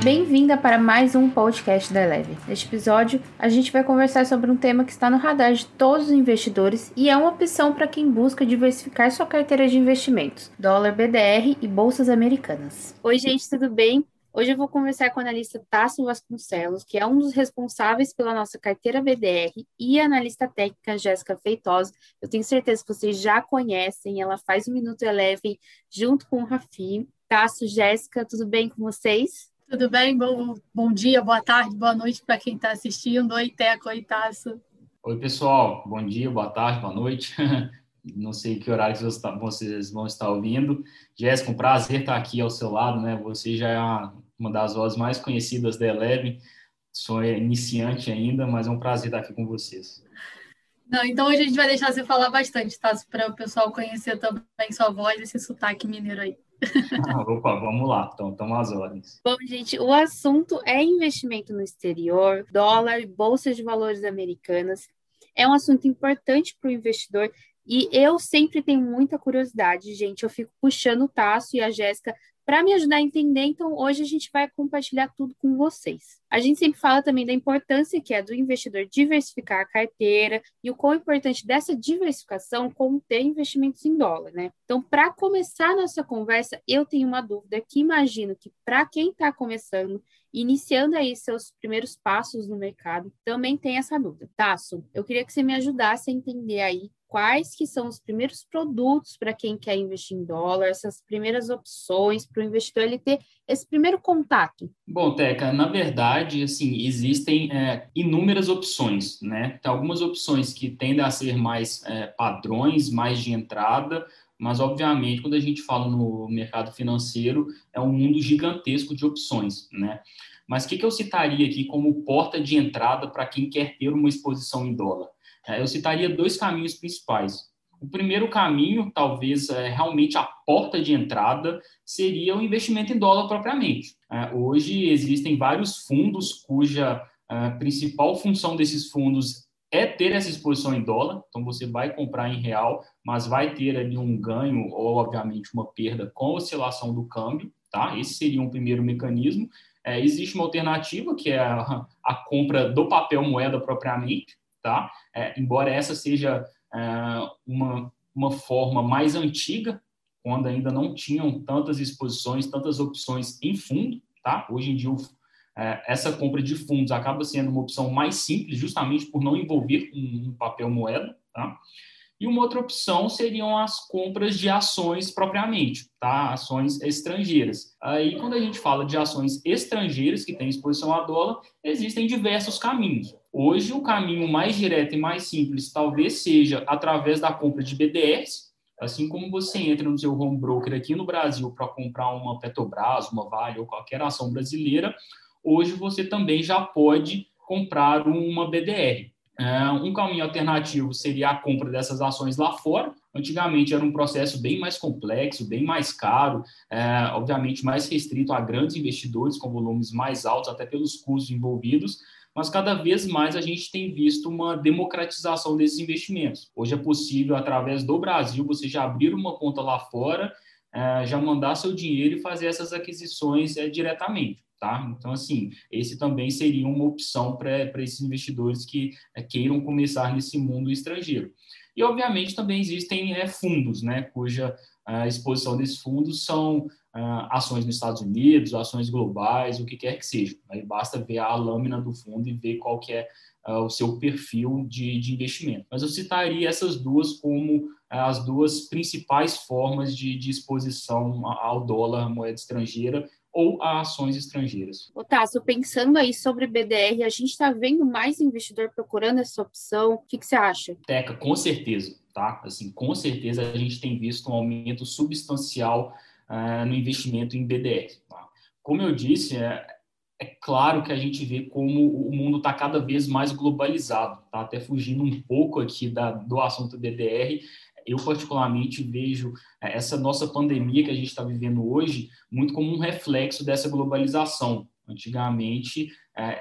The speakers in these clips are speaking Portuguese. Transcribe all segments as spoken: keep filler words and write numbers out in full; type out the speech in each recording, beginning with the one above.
Bem-vinda para mais um podcast da Eleve. Neste episódio, a gente vai conversar sobre um tema que está no radar de todos os investidores e é uma opção para quem busca diversificar sua carteira de investimentos, dólar B D R e bolsas americanas. Oi, gente, tudo bem? Hoje eu vou conversar com o analista Tássio Vasconcelos, que é um dos responsáveis pela nossa carteira B D R, e a analista técnica Jéssica Feitosa. Eu tenho certeza que vocês já conhecem, ela faz o Minuto Eleve junto com o Rafi. Tássio, Jéssica, tudo bem com vocês? Tudo bem? Bom, bom dia, boa tarde, boa noite para quem está assistindo. Oi, Teco, oi, Tasso. Oi, pessoal. Bom dia, boa tarde, boa noite. Não sei que horário que vocês vão estar ouvindo. Jéssica, um prazer estar aqui ao seu lado, né? Você já é uma das vozes mais conhecidas da Eleve. Sou iniciante ainda, mas é um prazer estar aqui com vocês. Não, então hoje a gente vai deixar você falar bastante, Tasso, para o pessoal conhecer também sua voz, esse sotaque mineiro aí. Ah, opa, vamos lá, então, estamos às ordens. Bom, gente, o assunto é investimento no exterior, dólar, bolsas de valores americanas. É um assunto importante para o investidor e eu sempre tenho muita curiosidade, gente. Eu fico puxando o Tasso e a Jéssica para me ajudar a entender, então hoje a gente vai compartilhar tudo com vocês. A gente sempre fala também da importância que é do investidor diversificar a carteira e o quão importante dessa diversificação como ter investimentos em dólar, né? Então, para começar a nossa conversa, eu tenho uma dúvida que imagino que para quem está começando, iniciando aí seus primeiros passos no mercado, também tem essa dúvida. Tasso, eu queria que você me ajudasse a entender aí quais que são os primeiros produtos para quem quer investir em dólar, essas primeiras opções para o investidor ele ter esse primeiro contato. Bom, Teca, na verdade, assim, existem é, inúmeras opções, né? Tem algumas opções que tendem a ser mais é, padrões, mais de entrada, mas, obviamente, quando a gente fala no mercado financeiro, é um mundo gigantesco de opções, né? Mas o que, que eu citaria aqui como porta de entrada para quem quer ter uma exposição em dólar? Eu citaria dois caminhos principais. O primeiro caminho, talvez é, realmente a porta de entrada, seria o investimento em dólar propriamente. É, hoje existem vários fundos cuja a principal função desses fundos é ter essa exposição em dólar. Então, você vai comprar em real, mas vai ter ali um ganho ou, obviamente, uma perda com a oscilação do câmbio. Tá? Esse seria um primeiro mecanismo. É, existe uma alternativa, que é a, a compra do papel moeda propriamente. Tá? É, embora essa seja é, uma, uma forma mais antiga, quando ainda não tinham tantas exposições, tantas opções em fundo. Tá? Hoje em dia, o, é, essa compra de fundos acaba sendo uma opção mais simples, justamente por não envolver um, um papel moeda. Tá? E uma outra opção seriam as compras de ações propriamente, tá? Ações estrangeiras. Aí, quando a gente fala de ações estrangeiras que têm exposição a dólar, existem diversos caminhos. Hoje, o caminho mais direto e mais simples talvez seja através da compra de B D Rs, assim como você entra no seu home broker aqui no Brasil para comprar uma Petrobras, uma Vale ou qualquer ação brasileira, hoje você também já pode comprar uma B D R. Um caminho alternativo seria a compra dessas ações lá fora. Antigamente era um processo bem mais complexo, bem mais caro, é, obviamente mais restrito a grandes investidores com volumes mais altos, até pelos custos envolvidos, mas cada vez mais a gente tem visto uma democratização desses investimentos. Hoje é possível, através do Brasil, você já abrir uma conta lá fora, é, já mandar seu dinheiro e fazer essas aquisições é, diretamente. Tá? Então, assim, esse também seria uma opção para esses investidores que é, queiram começar nesse mundo estrangeiro. E, obviamente, também existem é, fundos, né, cuja a exposição desses fundos são ah, ações nos Estados Unidos, ações globais, o que quer que seja. Aí basta ver a lâmina do fundo e ver qual que é ah, o seu perfil de, de investimento. Mas eu citaria essas duas como as duas principais formas de, de exposição ao dólar, moeda estrangeira, ou a ações estrangeiras. Ô, Tasso, pensando aí sobre B D R, a gente está vendo mais investidor procurando essa opção. O que, que você acha? Teca, com certeza, tá? Assim, com certeza a gente tem visto um aumento substancial uh, no investimento em B D R. Tá? Como eu disse, é, é claro que a gente vê como o mundo está cada vez mais globalizado, tá? Até fugindo um pouco aqui da, do assunto B D R, eu particularmente vejo essa nossa pandemia que a gente está vivendo hoje muito como um reflexo dessa globalização. Antigamente,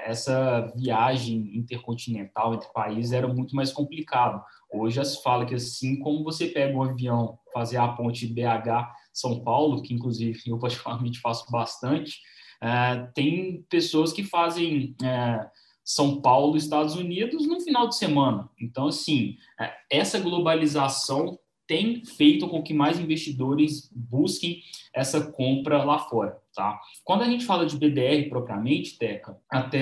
essa viagem intercontinental entre países era muito mais complicado. Hoje já se fala que assim como você pega um avião, fazer a ponte B H-São Paulo, que inclusive eu particularmente faço bastante, É, tem pessoas que fazem é, São Paulo, Estados Unidos, no final de semana. Então, assim, é, essa globalização tem feito com que mais investidores busquem essa compra lá fora, tá? Quando a gente fala de B D R propriamente, Teca,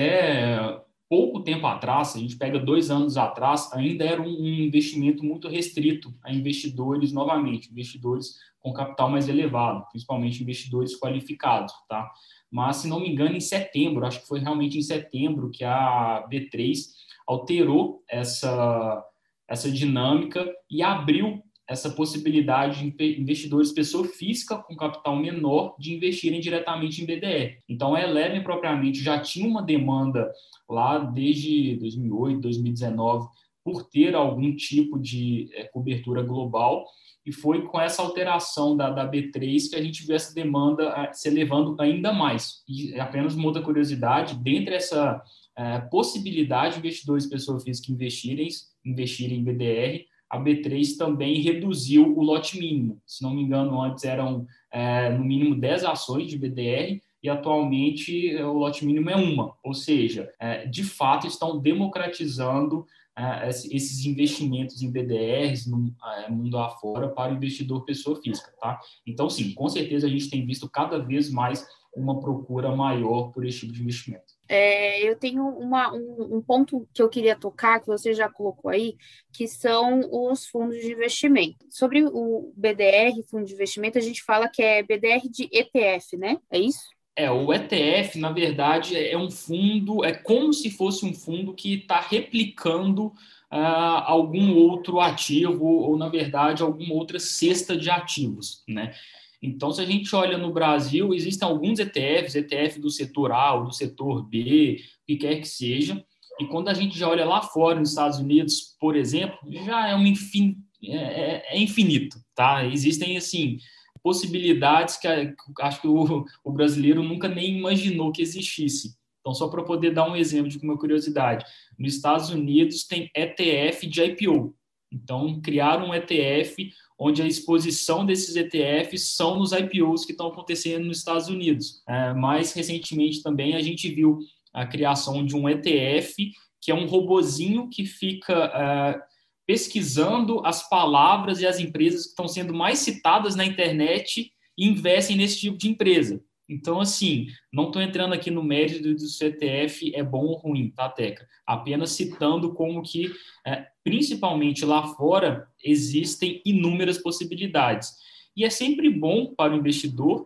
até pouco tempo atrás, a gente pega dois anos atrás, ainda era um investimento muito restrito a investidores, novamente, investidores com capital mais elevado, principalmente investidores qualificados, tá? Mas, se não me engano, em setembro, acho que foi realmente em setembro que a B três alterou essa, essa dinâmica e abriu essa possibilidade de investidores, pessoa física com capital menor, de investirem diretamente em B D R. Então, a Eleven, propriamente, já tinha uma demanda lá desde dois mil e oito, dois mil e dezenove, por ter algum tipo de é, cobertura global, e foi com essa alteração da, da B três que a gente viu essa demanda se elevando ainda mais. E apenas uma outra curiosidade, dentre essa é, possibilidade de investidores, pessoa física, investirem, investirem em B D R, a B três também reduziu o lote mínimo. Se não me engano, antes eram é, no mínimo dez ações de B D R e atualmente o lote mínimo é uma. Ou seja, é, de fato estão democratizando é, esses investimentos em B D Rs no é, mundo afora para o investidor pessoa física. Tá? Então, sim, com certeza a gente tem visto cada vez mais uma procura maior por esse tipo de investimento. É, eu tenho uma, um, um ponto que eu queria tocar, que você já colocou aí, que são os fundos de investimento. Sobre o B D R, fundo de investimento, a gente fala que é B D R de E T F, né? É isso? É, o E T F, na verdade, é um fundo, é como se fosse um fundo que está replicando uh, algum outro ativo, ou, na verdade, alguma outra cesta de ativos, né? Então, se a gente olha no Brasil, existem alguns E T Fs, E T F do setor A ou do setor B, o que quer que seja, e quando a gente já olha lá fora, nos Estados Unidos, por exemplo, já é, um infin... é, é infinito, tá? Existem, assim, possibilidades que acho que o, o brasileiro nunca nem imaginou que existisse. Então, só para poder dar um exemplo de uma curiosidade, nos Estados Unidos tem E T F de I P O. Então, criaram um E T F onde a exposição desses E T Fs são nos I P Os que estão acontecendo nos Estados Unidos. É, mais recentemente também a gente viu a criação de um E T F que é um robozinho que fica é, pesquisando as palavras e as empresas que estão sendo mais citadas na internet e investem nesse tipo de empresa. Então, assim, não estou entrando aqui no mérito do C T F é bom ou ruim, tá, Teca? Apenas citando como que, é, principalmente lá fora, existem inúmeras possibilidades. E é sempre bom para o investidor,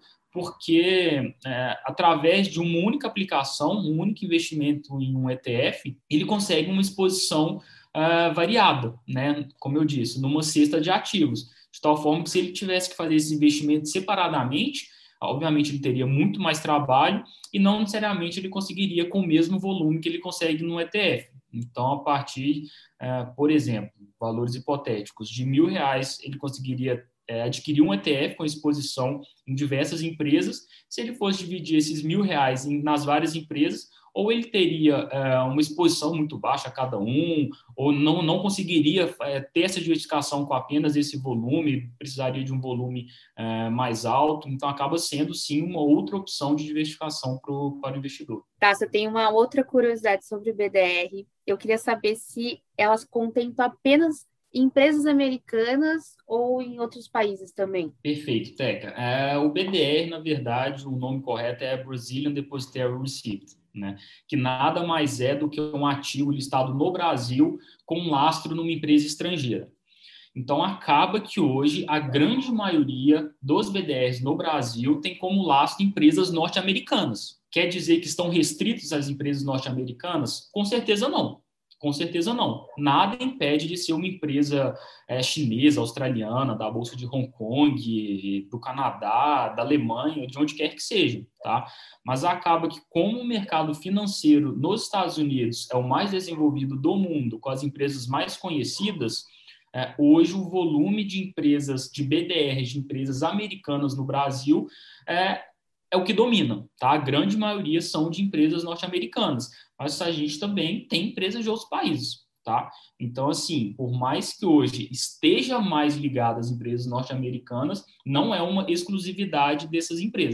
porque é, através de uma única aplicação, um único investimento em um E T F, ele consegue uma exposição uh, variada, né? Como eu disse, numa cesta de ativos. De tal forma que se ele tivesse que fazer esses investimentos separadamente, obviamente ele teria muito mais trabalho e não necessariamente ele conseguiria com o mesmo volume que ele consegue no E T F. Então, a partir, uh, por exemplo, valores hipotéticos, de mil reais, ele conseguiria é, adquirir um E T F com exposição em diversas empresas. Se ele fosse dividir esses mil reais em, nas várias empresas, ou ele teria é, uma exposição muito baixa a cada um, ou não, não conseguiria é, ter essa diversificação com apenas esse volume, precisaria de um volume é, mais alto. Então, acaba sendo, sim, uma outra opção de diversificação pro, para o investidor. Tá, você tem uma outra curiosidade sobre o B D R. Eu queria saber se elas contemplam apenas empresas americanas ou em outros países também? Perfeito, Teca. É, o B D R, na verdade, o nome correto é Brazilian Depositary Receipt, né? Que nada mais é do que um ativo listado no Brasil com um lastro numa empresa estrangeira. Então, acaba que hoje a grande maioria dos B D Rs no Brasil tem como lastro empresas norte-americanas. Quer dizer que estão restritos às empresas norte-americanas? Com certeza não. Com certeza não. Nada impede de ser uma empresa é, chinesa, australiana, da Bolsa de Hong Kong, do Canadá, da Alemanha, de onde quer que seja, tá? Mas acaba que, como o mercado financeiro nos Estados Unidos é o mais desenvolvido do mundo, com as empresas mais conhecidas, é, hoje o volume de empresas, de B D Rs, de empresas americanas no Brasil, é, é o que domina, tá? A grande maioria são de empresas norte-americanas, mas a gente também tem empresas de outros países, tá? Então, assim, por mais que hoje esteja mais ligado às empresas norte-americanas, não é uma exclusividade dessas empresas.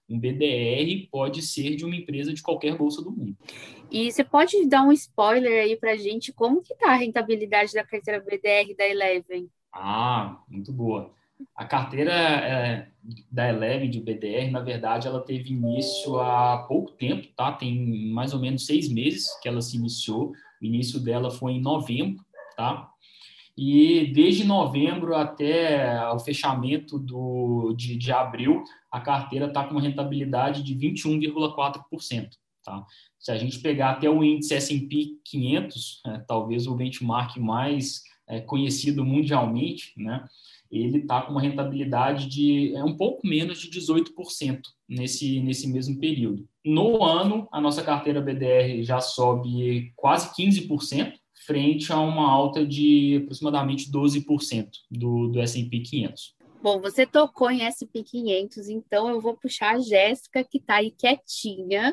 Um B D R pode ser de uma empresa de qualquer bolsa do mundo. E você pode dar um spoiler aí para a gente, como que está a rentabilidade da carteira B D R da Eleven? Ah, muito boa. A carteira é, da Eleven de B D R, na verdade, ela teve início há pouco tempo, tá? Tem mais ou menos seis meses que ela se iniciou. O início dela foi em novembro, tá? E desde novembro até o fechamento do, de, de abril, a carteira está com uma rentabilidade de vinte e um vírgula quatro por cento. Tá? Se a gente pegar até o índice S and P quinhentos, é, talvez o benchmark mais é, conhecido mundialmente, né? Ele está com uma rentabilidade de é, um pouco menos de dezoito por cento nesse, nesse mesmo período. No ano, a nossa carteira B D R já sobe quase quinze por cento, frente a uma alta de aproximadamente doze por cento do, do S and P quinhentos. Bom, você tocou em S and P quinhentos, então eu vou puxar a Jéssica, que está aí quietinha.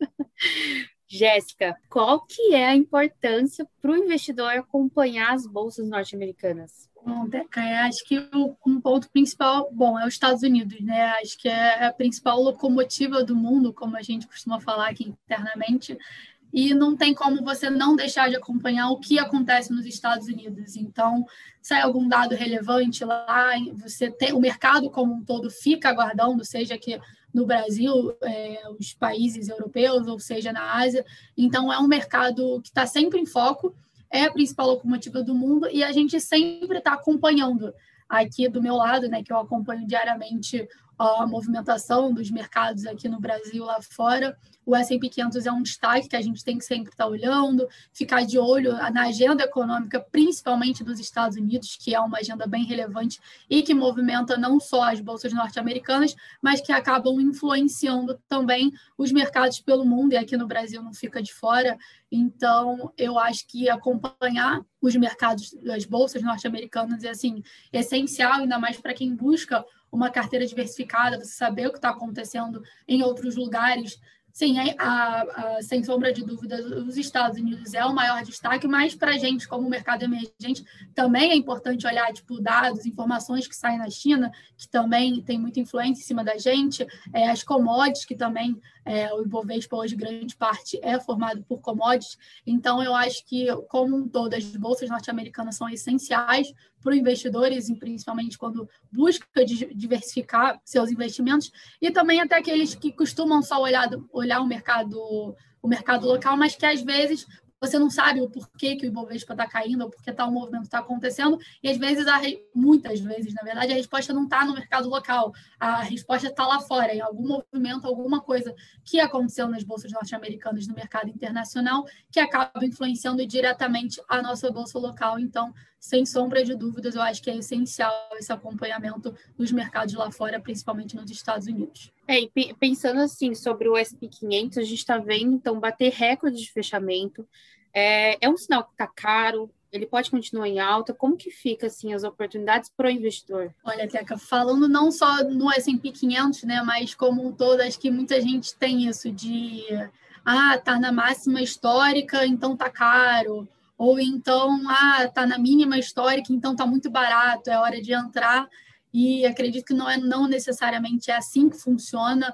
Jéssica, qual que é a importância para o investidor acompanhar as bolsas norte-americanas? Bom, Teca, acho que o, um ponto principal, bom, é os Estados Unidos, né? Acho que é a principal locomotiva do mundo, como a gente costuma falar aqui internamente, e não tem como você não deixar de acompanhar o que acontece nos Estados Unidos. Então, sai algum dado relevante lá, você tem, o mercado como um todo fica aguardando, seja que no Brasil, é, os países europeus, ou seja, na Ásia. Então, é um mercado que está sempre em foco, é a principal locomotiva do mundo, e a gente sempre está acompanhando. Aqui do meu lado, né, que eu acompanho diariamente a movimentação dos mercados aqui no Brasil e lá fora, o S and P quinhentos é um destaque que a gente tem que sempre estar olhando, ficar de olho na agenda econômica, principalmente dos Estados Unidos, que é uma agenda bem relevante e que movimenta não só as bolsas norte-americanas, mas que acabam influenciando também os mercados pelo mundo, e aqui no Brasil não fica de fora. Então, eu acho que acompanhar os mercados das bolsas norte-americanas é assim, essencial, ainda mais para quem busca uma carteira diversificada, você saber o que está acontecendo em outros lugares. Sim, a, a, sem sombra de dúvida, os Estados Unidos é o maior destaque, mas para a gente, como mercado emergente, também é importante olhar tipo, dados, informações que saem na China, que também tem muita influência em cima da gente, é, as commodities, que também é, o Ibovespa hoje, grande parte, é formado por commodities. Então, eu acho que, como um todo, as bolsas norte-americanas são essenciais para os investidores, e principalmente quando busca diversificar seus investimentos, e também até aqueles que costumam só olhar, olhar o mercado, o mercado local, mas que às vezes você não sabe o porquê que o Ibovespa está caindo, ou porque tal movimento está acontecendo, e às vezes, a, muitas vezes, na verdade, a resposta não está no mercado local, a resposta está lá fora, em algum movimento, alguma coisa que aconteceu nas bolsas norte-americanas no mercado internacional, que acaba influenciando diretamente a nossa bolsa local. Então, sem sombra de dúvidas, eu acho que é essencial esse acompanhamento dos mercados lá fora, principalmente nos Estados Unidos. É, e pensando assim sobre o S and P quinhentos, a gente está vendo, então, bater recorde de fechamento. É, é um sinal que está caro, ele pode continuar em alta. Como que fica, assim, as oportunidades para o investidor? Olha, Teca, falando não só no S and P quinhentos, né, mas como um todo, acho que muita gente tem isso de, ah, tá na máxima histórica, então tá caro. Ou então, ah, tá na mínima histórica, então tá muito barato, é hora de entrar. E acredito que não é não necessariamente é assim que funciona.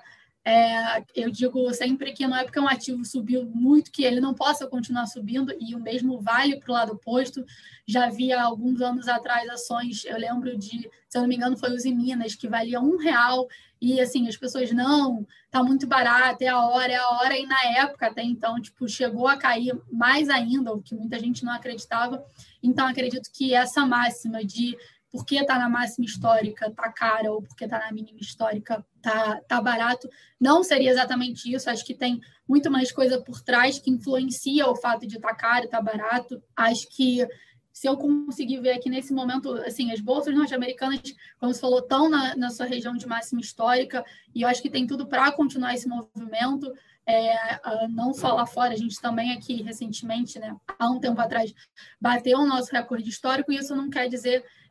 É, eu digo sempre que não é porque um ativo subiu muito que ele não possa continuar subindo, e o mesmo vale para o lado oposto. Já havia alguns anos atrás ações, eu lembro de, se eu não me engano, foi os Minas, que valia um real, e assim, as pessoas, não, tá muito barato, é a hora, é a hora, e na época até então, tipo, chegou a cair mais ainda, o que muita gente não acreditava. Então, acredito que essa máxima de porque está na máxima histórica, está cara, ou porque está na mínima histórica, está tá barato, não seria exatamente isso. Acho que tem muito mais coisa por trás que influencia o fato de estar tá caro, estar tá barato. Acho que se eu conseguir ver aqui nesse momento, assim, as bolsas norte-americanas, como você falou, estão na, na sua região de máxima histórica, e eu acho que tem tudo para continuar esse movimento. É, não só lá fora, a gente também aqui recentemente, né, há um tempo atrás, bateu o nosso recorde histórico, e isso não quer dizer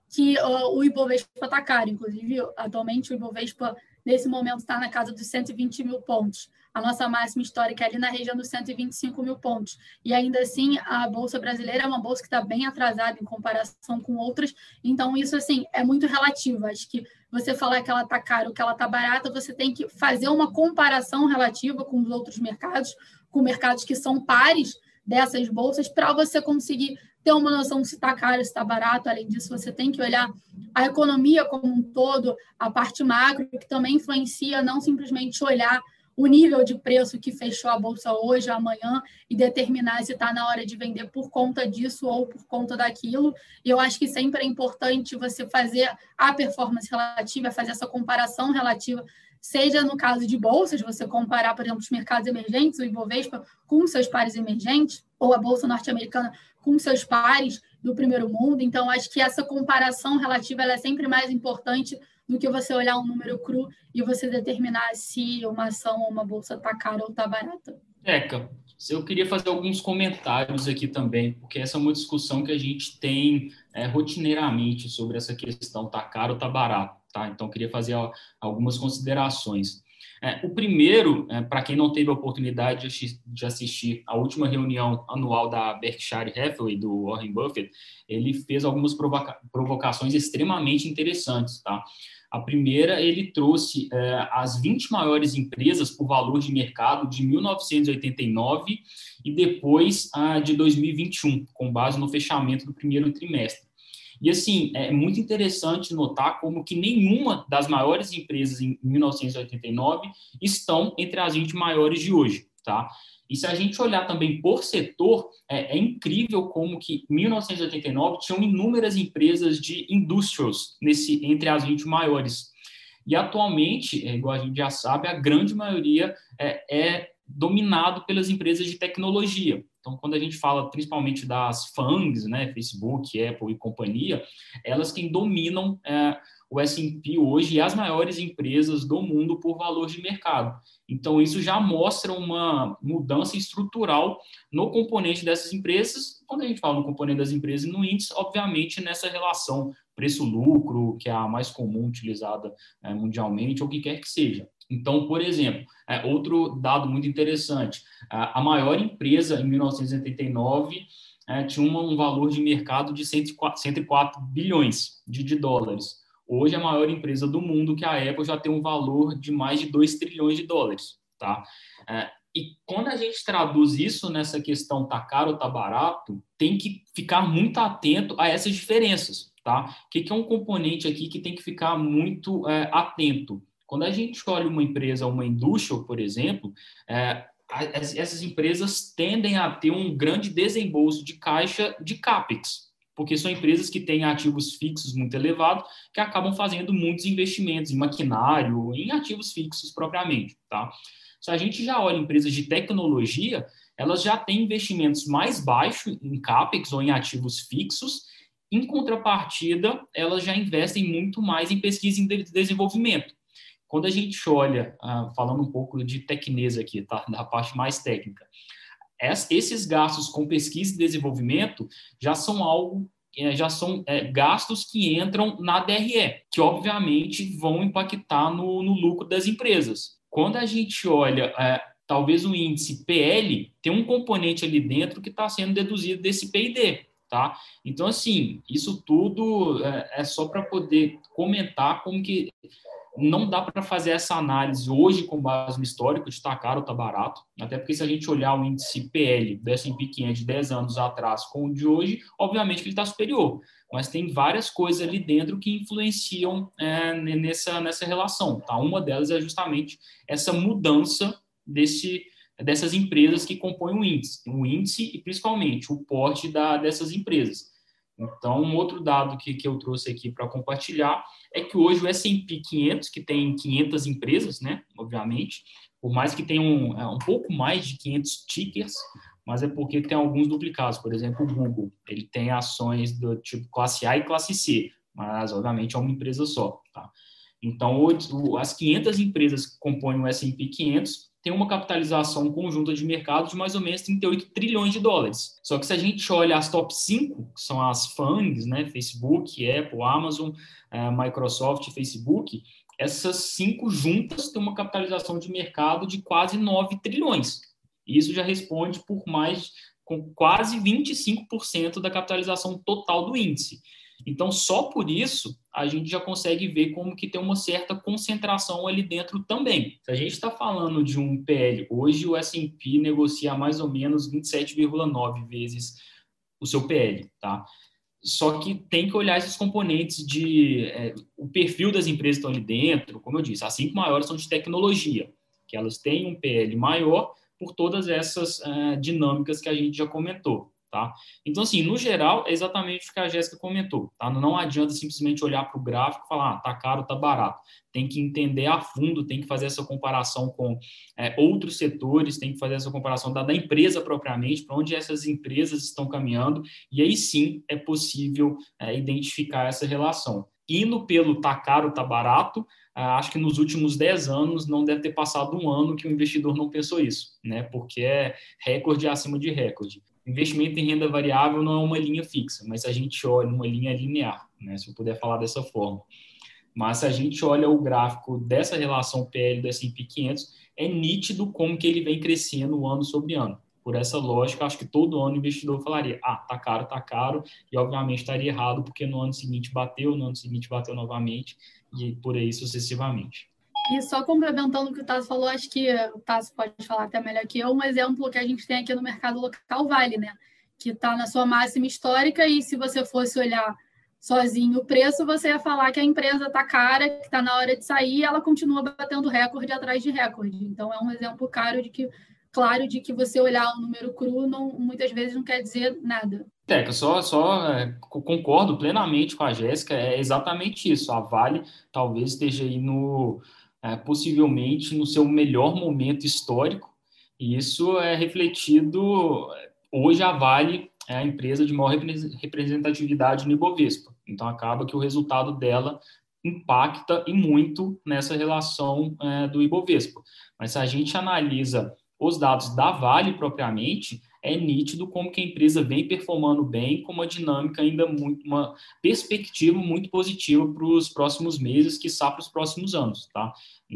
que uh, o Ibovespa está caro. Inclusive, atualmente, o Ibovespa, nesse momento, está na casa dos cento e vinte mil pontos. A nossa máxima histórica é ali na região dos cento e vinte e cinco mil pontos. E ainda assim, a Bolsa Brasileira é uma bolsa que está bem atrasada em comparação com outras. Então, isso, assim, é muito relativo. Acho que você falar que ela está cara ou que ela está barata, você tem que fazer uma comparação relativa com os outros mercados, com mercados que são pares dessas bolsas, para você conseguir ter uma noção se está caro, se está barato. Além disso, você tem que olhar a economia como um todo, a parte macro, que também influencia, não simplesmente olhar o nível de preço que fechou a bolsa hoje, amanhã, e determinar se está na hora de vender por conta disso ou por conta daquilo. E eu acho que sempre é importante você fazer a performance relativa, fazer essa comparação relativa, seja no caso de bolsas, você comparar, por exemplo, os mercados emergentes, o Ibovespa, com seus pares emergentes, ou a Bolsa Norte-Americana com seus pares do primeiro mundo. Então, acho que essa comparação relativa ela é sempre mais importante do que você olhar um número cru e você determinar se uma ação ou uma bolsa está cara ou está barata. Eca, eu queria fazer alguns comentários aqui também, porque essa é uma discussão que a gente tem é, rotineiramente sobre essa questão, está caro ou está barato, tá? Então, eu queria fazer algumas considerações. É, o primeiro, é, para quem não teve a oportunidade de assistir a última reunião anual da Berkshire Hathaway, do Warren Buffett, ele fez algumas provoca- provocações extremamente interessantes, tá? A primeira, ele trouxe é, as vinte maiores empresas por valor de mercado de mil novecentos e oitenta e nove e depois a de dois mil e vinte e um, com base no fechamento do primeiro trimestre. E, assim, é muito interessante notar como que nenhuma das maiores empresas em mil novecentos e oitenta e nove estão entre as vinte maiores de hoje, tá? E se a gente olhar também por setor, é, é incrível como que em mil novecentos e oitenta e nove tinham inúmeras empresas de industrials nesse, entre as vinte maiores. E atualmente, é, igual a gente já sabe, a grande maioria é, é dominado pelas empresas de tecnologia. Então, quando a gente fala principalmente das FANGs, né, Facebook, Apple e companhia, elas quem dominam é, o S and P hoje e as maiores empresas do mundo por valor de mercado. Então, isso já mostra uma mudança estrutural no componente dessas empresas. Quando a gente fala no componente das empresas e no índice, obviamente, nessa relação preço-lucro, que é a mais comum utilizada é, mundialmente, ou o que quer que seja. Então, por exemplo, é, outro dado muito interessante, a maior empresa em mil novecentos e oitenta e nove é, tinha um valor de mercado de cento e quatro bilhões de, de dólares. Hoje, a maior empresa do mundo, que é a Apple, já tem um valor de mais de dois trilhões de dólares. Tá? É, e quando a gente traduz isso nessa questão tá caro ou tá barato, tem que ficar muito atento a essas diferenças. Tá? O que, que é um componente aqui que tem que ficar muito é, atento? Quando a gente olha uma empresa, uma indústria, por exemplo, é, essas empresas tendem a ter um grande desembolso de caixa de CAPEX, porque são empresas que têm ativos fixos muito elevados, que acabam fazendo muitos investimentos em maquinário, em ativos fixos propriamente. Tá? Se a gente já olha empresas de tecnologia, elas já têm investimentos mais baixos em CAPEX ou em ativos fixos. Em contrapartida, elas já investem muito mais em pesquisa e desenvolvimento. Quando a gente olha, uh, falando um pouco de tecnesa aqui, tá? Da parte mais técnica, esses gastos com pesquisa e desenvolvimento já são algo, já são é, gastos que entram na D R E, que obviamente vão impactar no, no lucro das empresas. Quando a gente olha, é, talvez o índice P L, tem um componente ali dentro que está sendo deduzido desse P e D. Tá? Então, assim, isso tudo é, é só para poder comentar como que não dá para fazer essa análise hoje com base no histórico de está caro ou está barato, até porque se a gente olhar o índice P L do S and P quinhentos de dez anos atrás com o de hoje, obviamente que ele está superior, mas tem várias coisas ali dentro que influenciam é, nessa, nessa relação. Tá? Uma delas é justamente essa mudança desse, dessas empresas que compõem o índice, o índice e principalmente o porte da, dessas empresas. Então, um outro dado que, que eu trouxe aqui para compartilhar é que hoje o S and P quinhentos, que tem quinhentas empresas, né, obviamente, por mais que tenha um, um pouco mais de quinhentos tickers, mas é porque tem alguns duplicados. Por exemplo, o Google, ele tem ações do tipo classe A e classe C, mas, obviamente, é uma empresa só. Tá? Então, as quinhentas empresas que compõem o S and P quinhentos, tem uma capitalização conjunta de mercado de mais ou menos trinta e oito trilhões de dólares. Só que se a gente olha as top cinco, que são as FANGs, né, Facebook, Apple, Amazon, uh, Microsoft e Facebook, essas cinco juntas têm uma capitalização de mercado de quase nove trilhões. E isso já responde por mais, com quase vinte e cinco por cento da capitalização total do índice. Então, só por isso, a gente já consegue ver como que tem uma certa concentração ali dentro também. Se a gente está falando de um P L, hoje o S e P negocia mais ou menos vinte e sete vírgula nove vezes o seu P L, tá? Só que tem que olhar esses componentes de... É, o perfil das empresas que estão ali dentro, como eu disse, as cinco maiores são de tecnologia, que elas têm um P L maior por todas essas uh, dinâmicas que a gente já comentou. Tá? Então, assim, no geral, é exatamente o que a Jéssica comentou. Tá? Não adianta simplesmente olhar para o gráfico e falar, ah, tá caro, tá barato. Tem que entender a fundo, tem que fazer essa comparação com é, outros setores, tem que fazer essa comparação da, da empresa propriamente, para onde essas empresas estão caminhando, e aí sim é possível é, identificar essa relação. Indo pelo tá caro, tá barato, acho que nos últimos dez anos não deve ter passado um ano que o investidor não pensou isso, né? Porque é recorde acima de recorde. Investimento em renda variável não é uma linha fixa, mas a gente olha uma linha linear, né? Se eu puder falar dessa forma. Mas se a gente olha o gráfico dessa relação P L do S e P quinhentos, é nítido como que ele vem crescendo ano sobre ano. Por essa lógica, acho que todo ano o investidor falaria, ah, tá caro, tá caro, e obviamente estaria errado, porque no ano seguinte bateu, no ano seguinte bateu novamente, e por aí sucessivamente. E só complementando o que o Tasso falou, acho que o Tasso pode falar até melhor que eu, um exemplo que a gente tem aqui no mercado local, Vale, né? Que está na sua máxima histórica, e se você fosse olhar sozinho o preço, você ia falar que a empresa está cara, que está na hora de sair, e ela continua batendo recorde atrás de recorde. Então, é um exemplo claro de que, claro de que você olhar o número cru não, muitas vezes não quer dizer nada. Teca, só, só é, concordo plenamente com a Jéssica, é exatamente isso. A Vale talvez esteja aí no... É, possivelmente no seu melhor momento histórico, e isso é refletido, hoje a Vale é a empresa de maior representatividade no Ibovespa, então acaba que o resultado dela impacta e muito nessa relação é, do Ibovespa. Mas se a gente analisa os dados da Vale propriamente, é nítido como que a empresa vem performando bem, com uma dinâmica ainda muito, uma perspectiva muito positiva para os próximos meses, quiçá para os próximos anos, tá?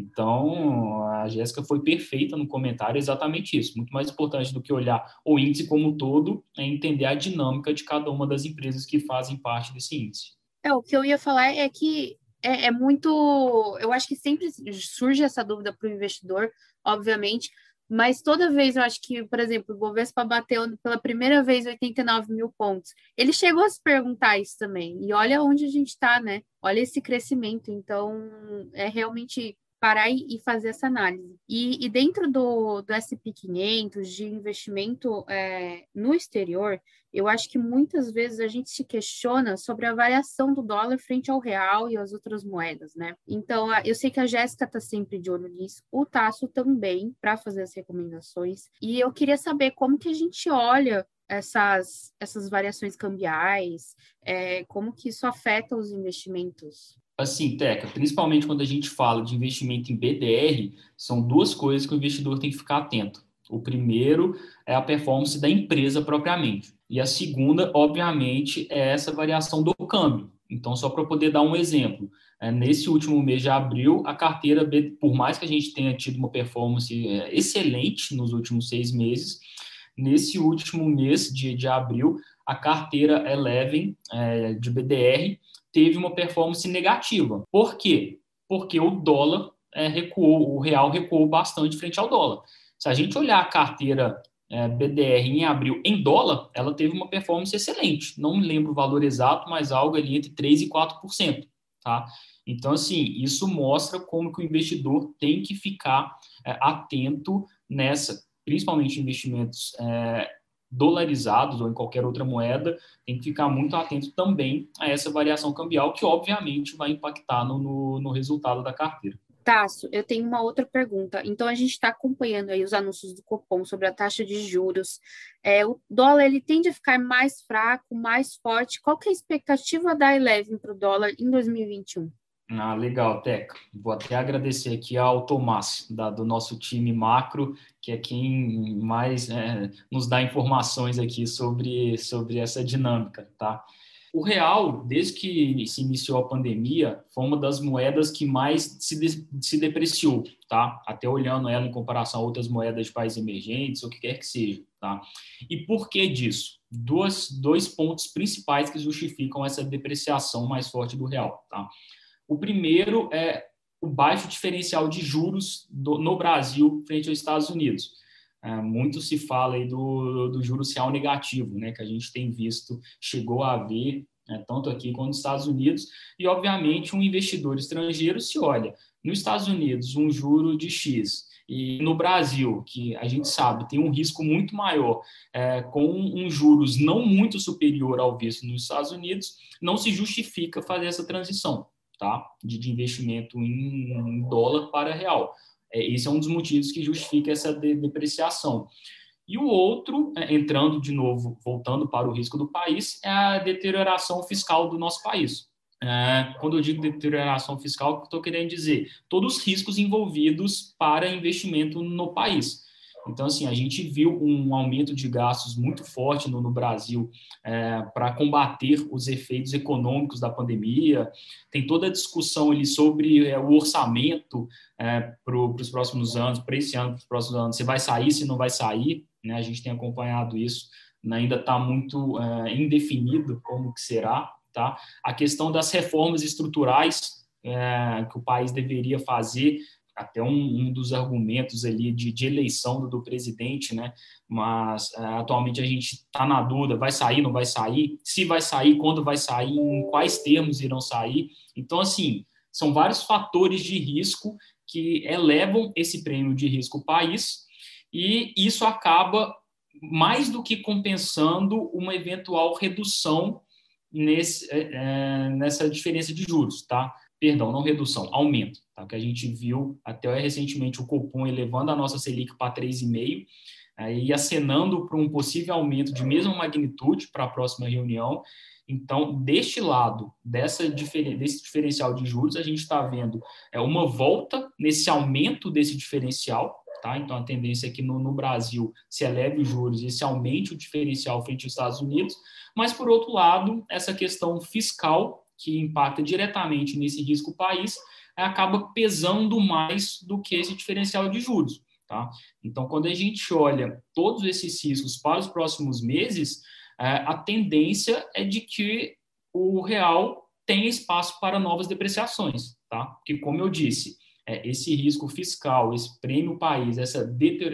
Então, a Jéssica foi perfeita no comentário, exatamente isso. Muito mais importante do que olhar o índice como um todo, é entender a dinâmica de cada uma das empresas que fazem parte desse índice. É, o que eu ia falar é que é, é muito... Eu acho que sempre surge essa dúvida para o investidor, obviamente, mas toda vez eu acho que, por exemplo, o Bovespa bateu pela primeira vez oitenta e nove mil pontos. Ele chegou a se perguntar isso também. E olha onde a gente está, né? Olha esse crescimento. Então, é realmente parar e fazer essa análise. E, e dentro do, do S e P quinhentos, de investimento é, no exterior, eu acho que muitas vezes a gente se questiona sobre a variação do dólar frente ao real e às outras moedas, né? Então, eu sei que a Jéssica está sempre de olho nisso, o Tasso também, para fazer as recomendações. E eu queria saber como que a gente olha essas, essas variações cambiais, é, como que isso afeta os investimentos. Assim, Teca, principalmente quando a gente fala de investimento em B D R, são duas coisas que o investidor tem que ficar atento. O primeiro é a performance da empresa propriamente. E a segunda, obviamente, é essa variação do câmbio. Então, só para poder dar um exemplo, é, nesse último mês de abril, a carteira, por mais que a gente tenha tido uma performance é, excelente nos últimos seis meses, nesse último mês de, de abril, a carteira Eleven é, de B D R teve uma performance negativa. Por quê? Porque o dólar é, recuou, o real recuou bastante frente ao dólar. Se a gente olhar a carteira é, B D R em abril em dólar, ela teve uma performance excelente. Não me lembro o valor exato, mas algo ali entre três por cento e quatro por cento. Tá? Então, assim, isso mostra como que o investidor tem que ficar é, atento nessa, principalmente investimentos é, dolarizados ou em qualquer outra moeda, tem que ficar muito atento também a essa variação cambial, que obviamente vai impactar no, no, no resultado da carteira. Tasso, eu tenho uma outra pergunta. Então, a gente está acompanhando aí os anúncios do Copom sobre a taxa de juros. É, o dólar, ele tende a ficar mais fraco, mais forte. Qual que é a expectativa da Eleven para o dólar em dois mil e vinte e um? Ah, legal, Teca. Vou até agradecer aqui ao Tomás, da, do nosso time macro, que é quem mais é, nos dá informações aqui sobre, sobre essa dinâmica, tá? O real, desde que se iniciou a pandemia, foi uma das moedas que mais se, de, se depreciou, tá? Até olhando ela em comparação a outras moedas de países emergentes, ou o que quer que seja, tá? E por que disso? Dois, dois pontos principais que justificam essa depreciação mais forte do real, tá? O primeiro é o baixo diferencial de juros do, no Brasil frente aos Estados Unidos. É, muito se fala aí do, do juros real negativo, né, que a gente tem visto, chegou a haver, né, tanto aqui quanto nos Estados Unidos, e, obviamente, um investidor estrangeiro se olha, nos Estados Unidos, um juro de X, e no Brasil, que a gente sabe tem um risco muito maior, é, com um juros não muito superior ao visto nos Estados Unidos, não se justifica fazer essa transição. Tá? De, de investimento em, em dólar para real. É, esse é um dos motivos que justifica essa de, depreciação. E o outro, é, entrando de novo, voltando para o risco do país, é a deterioração fiscal do nosso país. É, quando eu digo deterioração fiscal, o que eu estou querendo dizer? Todos os riscos envolvidos para investimento no país. Então, assim, a gente viu um aumento de gastos muito forte no, no Brasil é, para combater os efeitos econômicos da pandemia. Tem toda a discussão ali sobre é, o orçamento é, para os próximos anos, para esse ano, para os próximos anos, se vai sair, se não vai sair, né? A gente tem acompanhado isso, né? Ainda está muito é, indefinido como que será, tá? A questão das reformas estruturais é, que o país deveria fazer, até um, um dos argumentos ali de, de eleição do, do presidente, né? Mas uh, atualmente a gente está na dúvida, vai sair, não vai sair? Se vai sair, quando vai sair, em quais termos irão sair? Então, assim, são vários fatores de risco que elevam esse prêmio de risco ao país e isso acaba mais do que compensando uma eventual redução nesse, é, nessa diferença de juros, tá? Perdão, não redução, aumento, tá? Que a gente viu até recentemente o Copom elevando a nossa Selic para três vírgula cinco por cento e acenando para um possível aumento de mesma magnitude para a próxima reunião. Então, deste lado, dessa, desse diferencial de juros, a gente está vendo é, uma volta nesse aumento desse diferencial, tá? Então, a tendência é que no, no Brasil se eleve os juros e se aumente o diferencial frente aos Estados Unidos, mas, por outro lado, essa questão fiscal, que impacta diretamente nesse risco país, acaba pesando mais do que esse diferencial de juros. Tá? Então, quando a gente olha todos esses riscos para os próximos meses, a tendência é de que o real tenha espaço para novas depreciações. Tá? Porque, como eu disse, esse risco fiscal, esse prêmio país, essa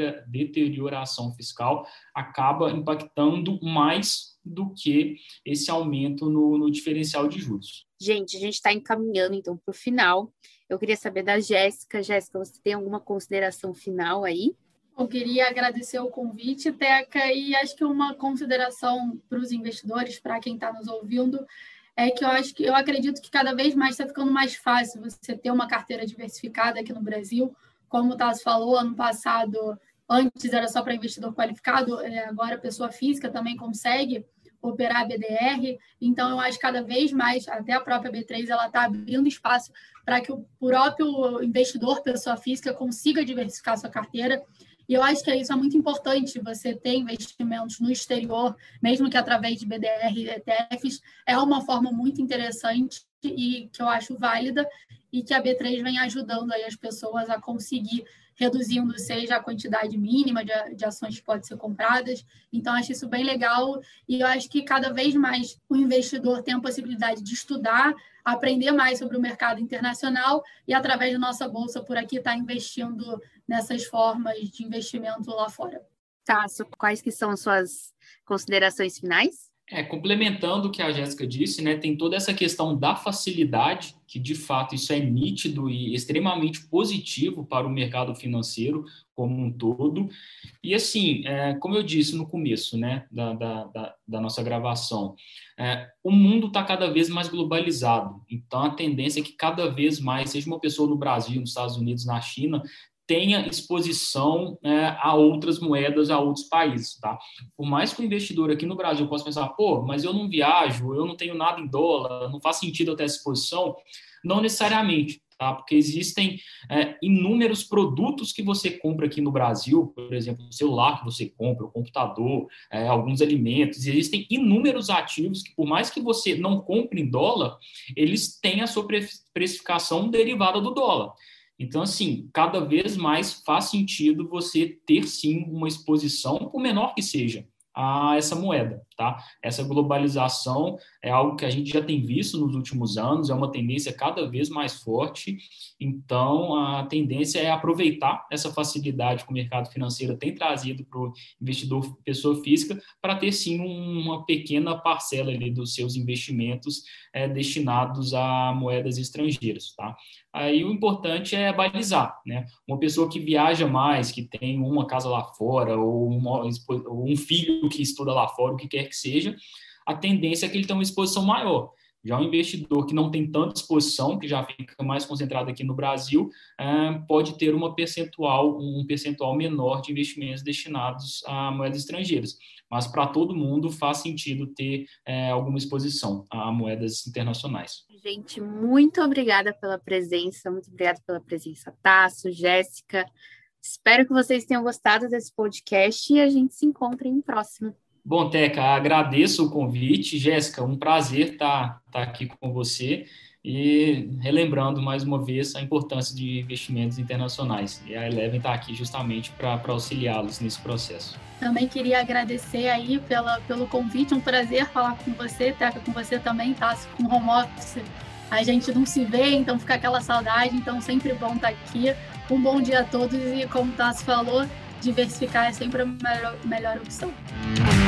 deterioração fiscal acaba impactando mais do que esse aumento no, no diferencial de juros. Gente, a gente está encaminhando, então, para o final. Eu queria saber da Jéssica. Jéssica, você tem alguma consideração final aí? Eu queria agradecer o convite, Teca, e acho que uma consideração para os investidores, para quem está nos ouvindo, é que eu acho que eu acredito que cada vez mais está ficando mais fácil você ter uma carteira diversificada aqui no Brasil. Como o Tasso falou, ano passado, antes era só para investidor qualificado, agora a pessoa física também consegue operar a B D R. Então, eu acho que cada vez mais, até a própria B três, ela está abrindo espaço para que o próprio investidor, pessoa física, consiga diversificar sua carteira. E eu acho que isso é muito importante, você ter investimentos no exterior, mesmo que através de B D R e E T Fs, é uma forma muito interessante e que eu acho válida e que a B três vem ajudando aí as pessoas a conseguir, reduzindo, seja a quantidade mínima de, de ações que podem ser compradas. Então, acho isso bem legal e eu acho que cada vez mais o investidor tem a possibilidade de estudar, aprender mais sobre o mercado internacional e, através da nossa bolsa por aqui, estar tá investindo nessas formas de investimento lá fora. Tasso, quais que são suas considerações finais? É, complementando o que a Jéssica disse, né, tem toda essa questão da facilidade, que de fato isso é nítido e extremamente positivo para o mercado financeiro como um todo. E assim, é, como eu disse no começo, né, da, da, da, da nossa gravação, é, o mundo está cada vez mais globalizado. Então a tendência é que cada vez mais, seja uma pessoa no Brasil, nos Estados Unidos, na China, tenha exposição é, a outras moedas, a outros países, tá? Por mais que o investidor aqui no Brasil possa pensar, pô, mas eu não viajo, eu não tenho nada em dólar, não faz sentido eu ter essa exposição, Não necessariamente, tá? Porque existem é, inúmeros produtos que você compra aqui no Brasil, por exemplo, o celular que você compra, o computador, é, alguns alimentos, existem inúmeros ativos que, por mais que você não compre em dólar, eles têm a sua precificação derivada do dólar. Então, assim, cada vez mais faz sentido você ter, sim, uma exposição, por menor que seja, a essa moeda, tá? Essa globalização é algo que a gente já tem visto nos últimos anos, é uma tendência cada vez mais forte, então a tendência é aproveitar essa facilidade que o mercado financeiro tem trazido para o investidor pessoa física para ter, sim, uma pequena parcela ali dos seus investimentos é, destinados a moedas estrangeiras, tá? Aí o importante é balizar, né? Uma pessoa que viaja mais, que tem uma casa lá fora, ou, uma, ou um filho que estuda lá fora, o que quer que seja, a tendência é que ele tenha uma exposição maior. Já um investidor que não tem tanta exposição, que já fica mais concentrado aqui no Brasil, pode ter uma percentual, um percentual menor de investimentos destinados a moedas estrangeiras. Mas para todo mundo faz sentido ter é, alguma exposição a moedas internacionais. Gente, muito obrigada pela presença, muito obrigada pela presença, Tasso, Jéssica. Espero que vocês tenham gostado desse podcast e a gente se encontra em um próximo. Bom, Teca, agradeço o convite. Jéssica, um prazer estar, estar aqui com você e relembrando mais uma vez a importância de investimentos internacionais. E a Eleven está aqui justamente para, para auxiliá-los nesse processo. Também queria agradecer aí pela, pelo convite, um prazer falar com você, Teca, com você também, tá? Com home office a gente não se vê, então fica aquela saudade, então sempre bom estar aqui. Um bom dia a todos e, como o Tasso falou, diversificar é sempre a melhor, melhor opção.